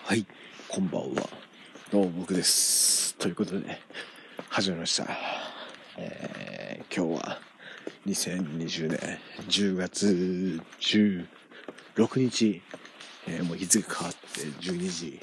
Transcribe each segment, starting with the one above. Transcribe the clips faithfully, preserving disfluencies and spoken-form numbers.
はい、こんばんは。どうも僕です。ということで、始まりました。えー、今日はにせんにじゅうねんじゅうがつじゅうろくにち、えー、もう日付変わってじゅうにじ、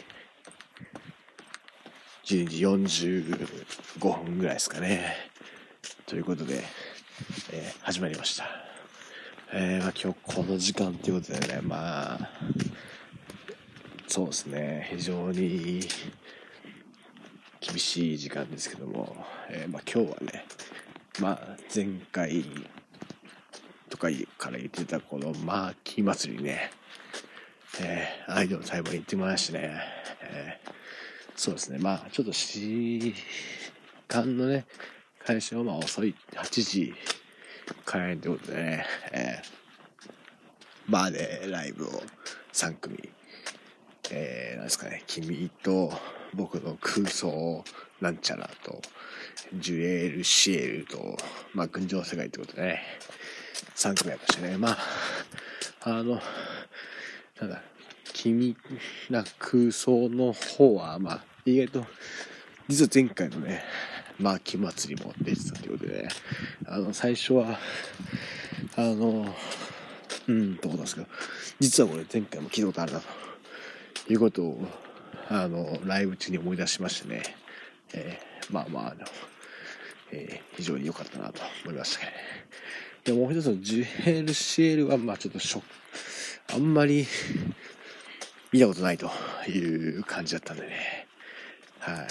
じゅうにじよんじゅうごふんぐらいですかね。ということで、えー、始まりました。えーまあ、今日この時間ということでね、まあ、そうですね、非常に厳しい時間ですけども、えー、まあ今日はね、まあ前回とかから言ってたこのマーキー祭りね、えー、アイドルの対話に行ってもらいましてね、えー、そうですね、まあちょっと時間のね、開始はまあ遅いはちじ開演ということでね、えー、バーでライブをさんくみ、えー、なんですかね、君と僕の空想なんちゃらとジュエルシエルと、まあ、群青世界ってことでね、さんくみやりましたね。まあ、あの、なんだ、君な空想の方は、まあ、意外と、実は前回のね、まあ、秋祭りも出てたということでね、あの、最初は、あの、うん、と思ったんですけど、実はこれ前回も聞いたことあるなということを、あの、ライブ中に思い出しましてね、えー、まあまあ、あの、えー、非常に良かったなと思いましたね。でもう一つのジュエルシエルは、まあちょっとショック、あんまり見たことないという感じだったんでね。はい。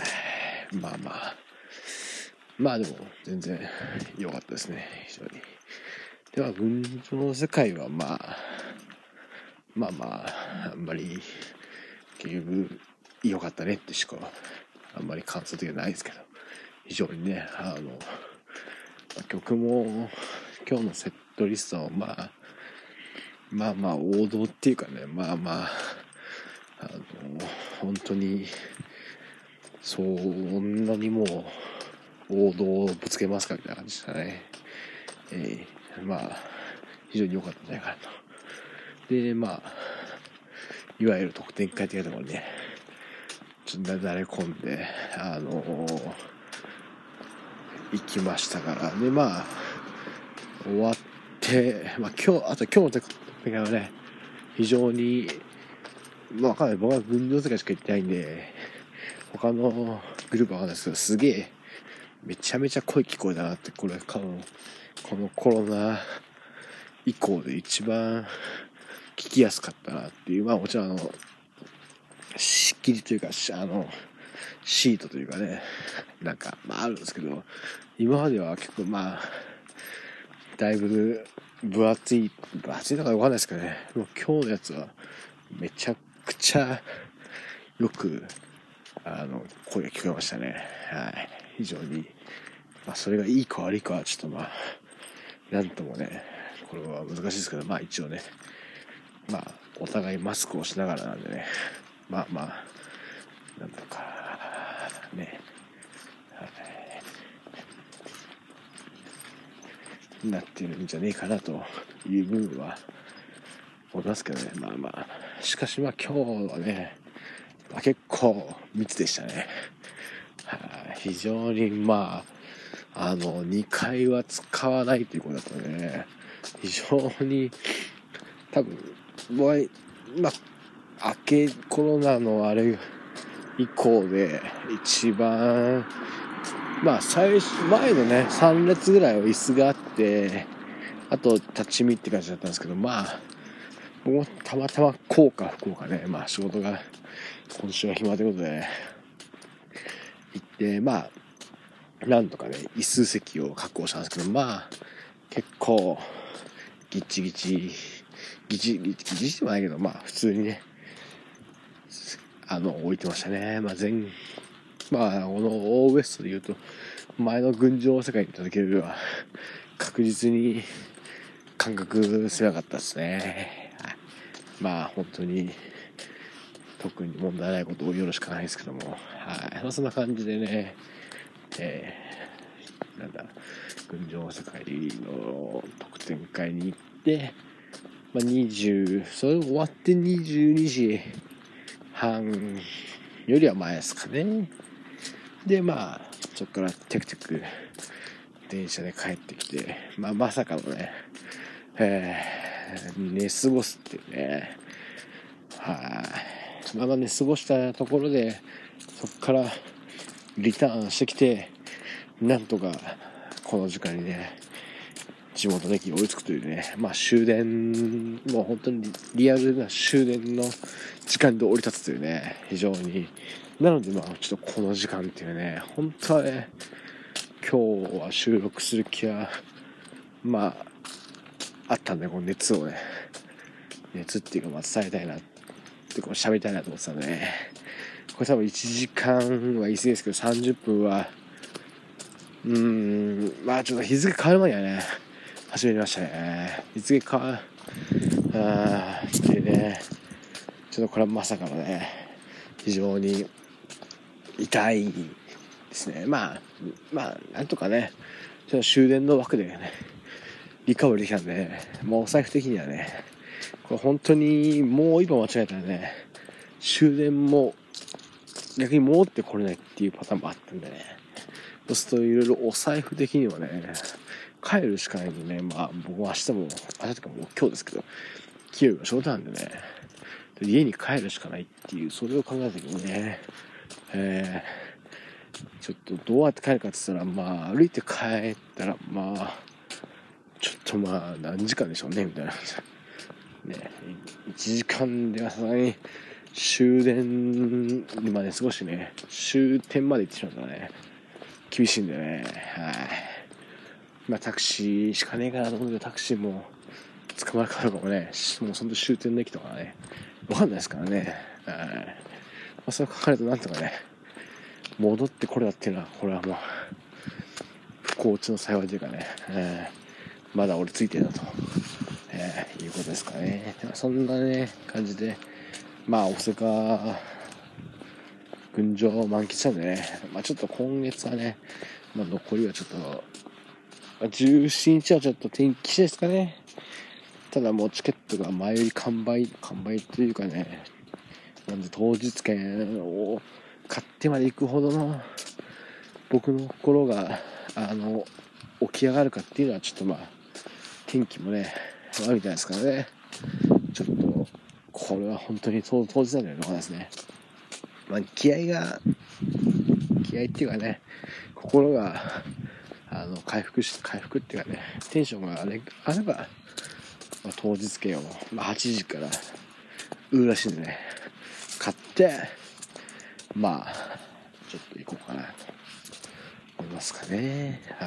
まあまあ。まあでも、全然良かったですね。非常に。では、群青の世界は、まあ、まあまあ、あんまり、結局、良かったねってしか、あんまり感想的にはないですけど、非常にね、あの、曲も、今日のセットリストは、まあ、まあまあ、王道っていうかね、まあまあ、あの、本当に、そんなにもう、王道をぶつけますかみたいな感じでしたね。えー、まあ、非常に良かったんじゃないかなと。で、まあ、いわゆる特典会的なところにね、ちょっとだれ込んで、あのー、行きましたから。で、まあ、終わって、まあ今日、あと今日の特典会はね、非常に、まあわかんない。僕は群青世界しか行ってないんで、他のグループはわかんないですけど、すげえ、めちゃめちゃ声聞こえたなって、これ、この、このコロナ以降で一番聞きやすかったなっていう、まあもちろんあの、仕切りというか、あの、シートというかね、なんか、まああるんですけど、今までは結構まあ、だいぶ分厚い、分厚いのかわかんないですけどね、もう今日のやつはめちゃくちゃよく、あの、声が聞こえましたね。はい。非常に、まあそれがいいか悪いかはちょっとまあ、なんともね、これは難しいですけど、まあ一応ね、まあお互いマスクをしながらなんでね、まあまあ、なんとか、ね、はい、なってるんじゃねえかなという部分は思いますけどね、まあまあ、しかしまあ今日はね、まあ、結構密でしたね。はあ、非常にまあ、あの、にかいは使わないということだったのでね、非常に、多分、僕は、まあ、明けコロナのあれ以降で一番、まあ最初、前のね、さん列ぐらいは椅子があって、あと立ち見って感じだったんですけど、まあ、僕もたまたまこうか不幸かね、まあ仕事が今週は暇ということで、行って、まあ、なんとかね、椅子席を確保したんですけど、まあ、結構、ギッチギチ、ギチギチ、ギチギチでもないけど、まあ、普通にね、あの、置いてましたね。まあ、全、まあ、このオーウエストで言うと、前の群青世界に行った時よりは、確実に感覚狭かったですね。はい、まあ、本当に、特に問題ないことをよろしくないですけども、はい。まあ、そんな感じでね、えー、なんだ、群青世界の特典会に行って、まあ、にじゅう、それ終わってにじゅうにじはんよりは前ですかね。でまあそこからテクテク電車で帰ってきて、まあ、まさかのね、えー、寝過ごすっていうね。はい、まあまあ寝過ごしたところでそこからリターンしてきて、なんとかこの時間にね地元の駅に追いつくというね、まあ終電、もう本当にリアルな終電の時間で降り立つというね、非常に、なのでまあちょっとこの時間っていうね、本当はね、今日は収録する気はまああったんで、この熱をね、熱っていうかまあ伝えたいなってこう喋りたいなと思ってたんでね、これ多分いちじかんは言い過ぎですけどさんじゅっぷんはうーんまあちょっと日付変わる前にはね始めましたね。日付変わあーでね、ちょっとこれはまさかのね非常に痛いですね。まあまあなんとかねちょっと終電の枠でねリカバリーできたんで、もうお財布的にはねこれ本当にもう一本間違えたらね終電も逆に戻ってこれないっていうパターンもあったんでね、そうするといろいろお財布的にはね帰るしかないんでね、まあ僕は明日も明日とかもう今日ですけど金曜日が仕事なんでね、家に帰るしかないっていう、それを考えた時にね、えー、ちょっとどうやって帰るかって言ったら、まあ歩いて帰ったらまあちょっとまあ何時間でしょうねみたいなね、いちじかんではさすがに終電まで少しね終点まで行ってしまったらね厳しいんでね、はい、まあタクシーしかねえかなと思うけど、タクシーも捕まるかどうかもね、もうその終点の駅とかね分かんないですからね、はい、まあ、それを考えるとなんとかね戻ってこれだっていうのはこれはもう不幸中の幸いというかね、えー、まだ俺ついてるなと、えー、いうことですかね。そんなね感じでまあ大阪群青を満喫したんでね、まあちょっと今月はね、まあ、残りはちょっと、まあ、じゅうしちにちはちょっと天気次第ですかね。ただもうチケットが前より完売完売というかね、なんで当日券を買ってまで行くほどの僕の心があの起き上がるかっていうのはちょっとまあ天気もね悪いみたいですからね、ちょっとこれは本当に当日なんだよね、ですね。まあ気合が気合っていうかね、心があの回復し回復っていうかね、テンションがあれあれば、まあ、当日券を、まあ、はちじから売るらしいんでね、買ってまあちょっと行こうかなと思いますかね。はい。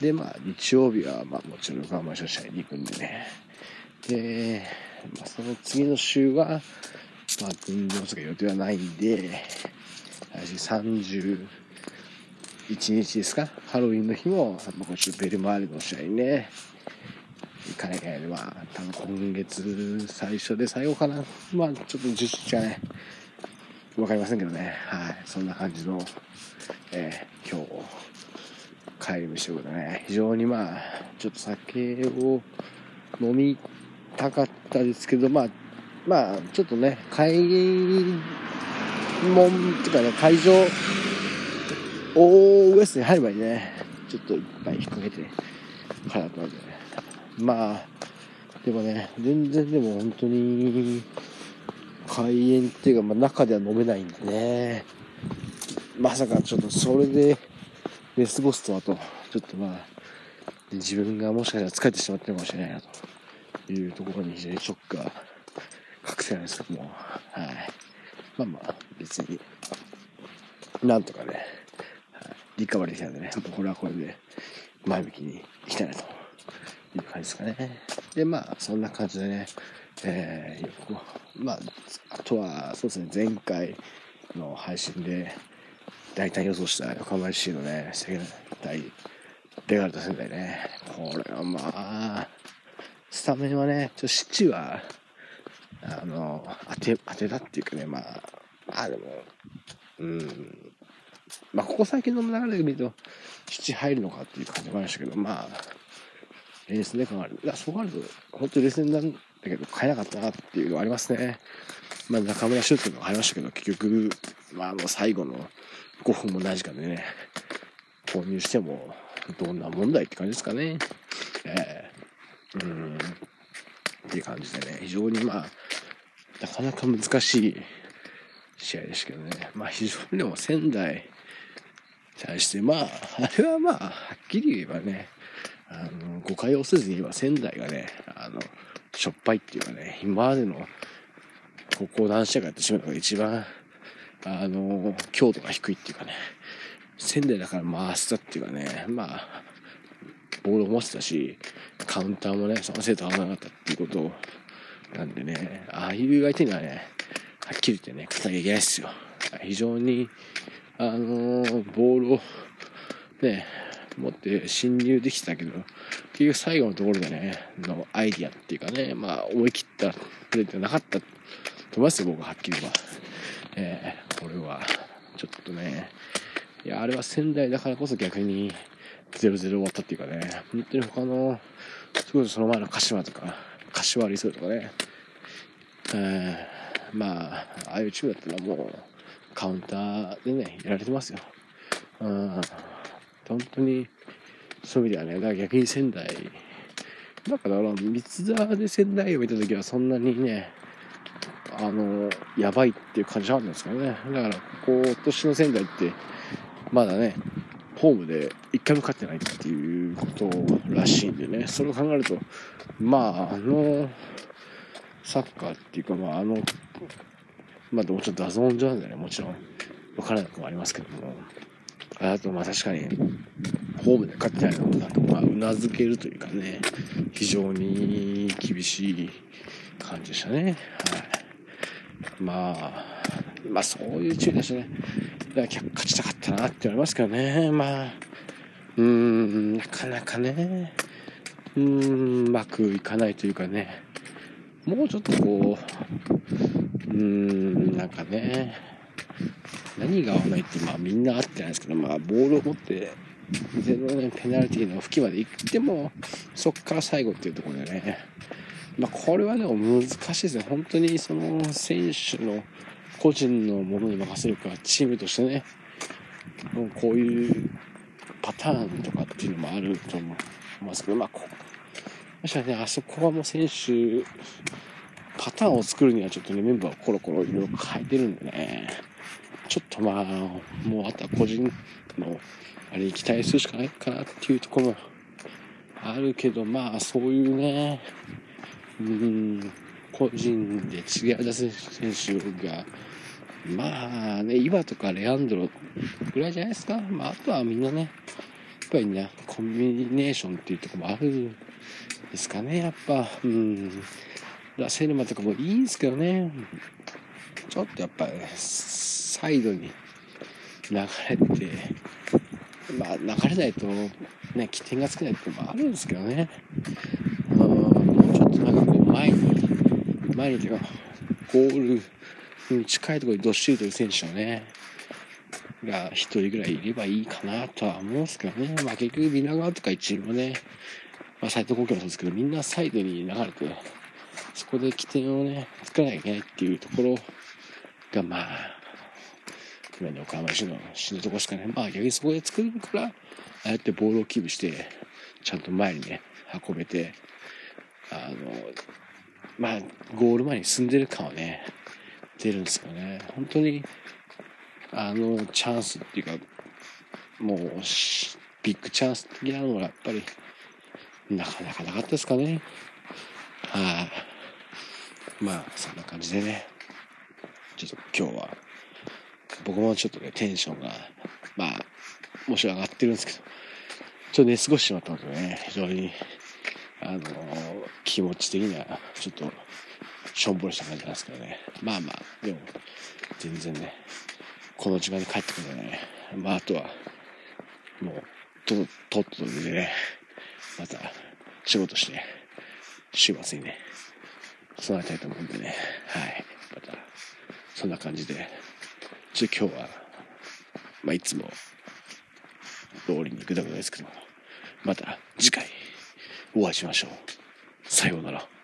でまあ日曜日はまあもちろん我慢書試合に行くんでね、で、まあ、その次の週はまあ運動とか予定はないんで、さんじゅういちにちですか、ハロウィンの日も、まあ、こっちベルマーレの試合にね行かなきゃいけないので、まあ多分今月最初で最後かな、まあちょっと実質はね分かりませんけどね、はい、そんな感じの、えー、今日帰り道ということでね、非常にまあちょっと酒を飲みたかったですけど、まあまあちょっとね開門っていうかね、会場オーウエスに入る前にねちょっといっぱい引っ掛けてからだったんでね、まあでもね全然でも本当に開演っていうか、まあ、中では飲めないんでね、まさかちょっとそれで寝過ごすとはと、ちょっとまあ自分がもしかしたら疲れてしまってるかもしれないなというところに非常にショックが隠せないんですけども、はい、まあまあ別になんとかね、はい、リカバリーしたんでね、これはこれで前向きにいきたいなという感じですかね。でまあそんな感じでね、えー、まああとはそうですね、前回の配信で大体予想した横浜 エフシー のね仙台ベガルタ仙台ね、これはまあスタメンはねちょっとシチはあの当て当てだっていうかね、まああでもうんまあここ最近の流れで見るとシチ入るのかっていう感じもありましたけど、まあレースで考える、いやそう考えると本当にレースにだけど買えなかったなっていうのはありますね。まあ中村シュートも入りましたけど、結局まああの最後のごふんもない時間でね購入してもどんな問題って感じですかね。えー、うーんっていう感じでね、非常にまあなかなか難しい試合でしたけどね。まあ非常にでも仙台に対してまああれはまあはっきり言えばね、あの誤解をせずに言えば仙台がねあのしょっぱいっていうかね、今までのここ何試合かやってしまうのが一番あの強度が低いっていうかね、仙台だから回したっていうかね、まあボールを持ってたしカウンターもねそのせいと合わなかったっていうことなんでね、ああいう相手にはねはっきり言ってね勝たなきゃいけないですよ。非常にあのボールをね持って侵入できてたけど、結局最後のところでねのアイディアっていうかね、まあ思い切ったプレーってなかったと思いますよ、僕ははっきり言えば。えー、これはちょっとね、いやあれは仙台だからこそ逆にゼロゼロ終わったっていうかね、本当に他のそれこそその前の鹿島とか柏リソーとかね、えー、まあああいうチームだったらもうカウンターでねやられてますよ。うん本当にそういう意味ではね、だから逆に仙台なんかだから三沢で仙台を見た時はそんなにねあのやばいっていう感じじゃなかったんですけどね。だから今年の仙台ってまだねホームで一回も勝ってないっていうことらしいんでね、それを考えるとまああのサッカーっていうかまああのまあでもちょっとダゾーン上なんでね、もちろん分からなくもありますけども、あとまあ確かにホームで勝ってないのもなんかまあうなずけるというかね、非常に厳しい感じでしたね。はい、まあまあそういうチームでしたね。だから勝ちたかったなって思いますけどね。まあうーんなかなかねうーんうまくいかないというかね、もうちょっとこううーんなんかね何が合わないってまあみんな合ってないですけど、まあボールを持ってゼロねペナルティーの付近まで行ってもそっから最後っていうところでね、まあこれはでも難しいですね。本当にその選手の個人のものに任せるか、チームとしてねこういうパターンとかっていうのもあると思いますけど、まあこ確かにねあそこはもう選手パターンを作るにはちょっとねメンバーをコロコロいろいろ変えてるんでね、ちょっとまあもうあとは個人のあれに期待するしかないかなっていうところもあるけど、まあそういうねうーん個人で違い出す選手がまあね岩とかレアンドロぐらいじゃないですか。まああとはみんなねやっぱりねコンビネーションっていうところもあるんですかね。やっぱうんラセルマとかもいいんですけどね、ちょっとやっぱり、ね、サイドに流れてまあ流れないとね起点がつけないってのもあるんですけどね、うんもうちょっとなんかこう前に前にというかゴールに近いところにどっしりという選手をねが一人ぐらいいればいいかなとは思うんですけどね。まあ結局皆川とか一員もね、まあ、斉藤光輝もそうですけどみんなサイドに流れてそこで起点をね作らなきゃいけないっていうところがまあ今の岡山市の死ぬところしかね、まあ逆にそこで作るからああやってボールをキープしてちゃんと前にね運べてあのまあゴール前に進んでる感はね出るんですよね。本当にあのチャンスっていうかもうビッグチャンス的なのがやっぱりなかなかなかったですかね。はい、あ、まあそんな感じでねちょっと今日は僕もちょっとねテンションがまあもちろん上がってるんですけどちょっと寝過ごしてしまったのでね非常にあのー、気持ち的にはちょっとしょんぼりした感じなんですけどね、まあまあでも全然ねこの時間に帰ってくるんでね、まああとはもうととっととでねまた仕事して週末にね備えたいと思うんでね、はいまたそんな感じでちょっと今日はまあいつも通りにグダグダですけどまた次回お会いしましょう。さようなら。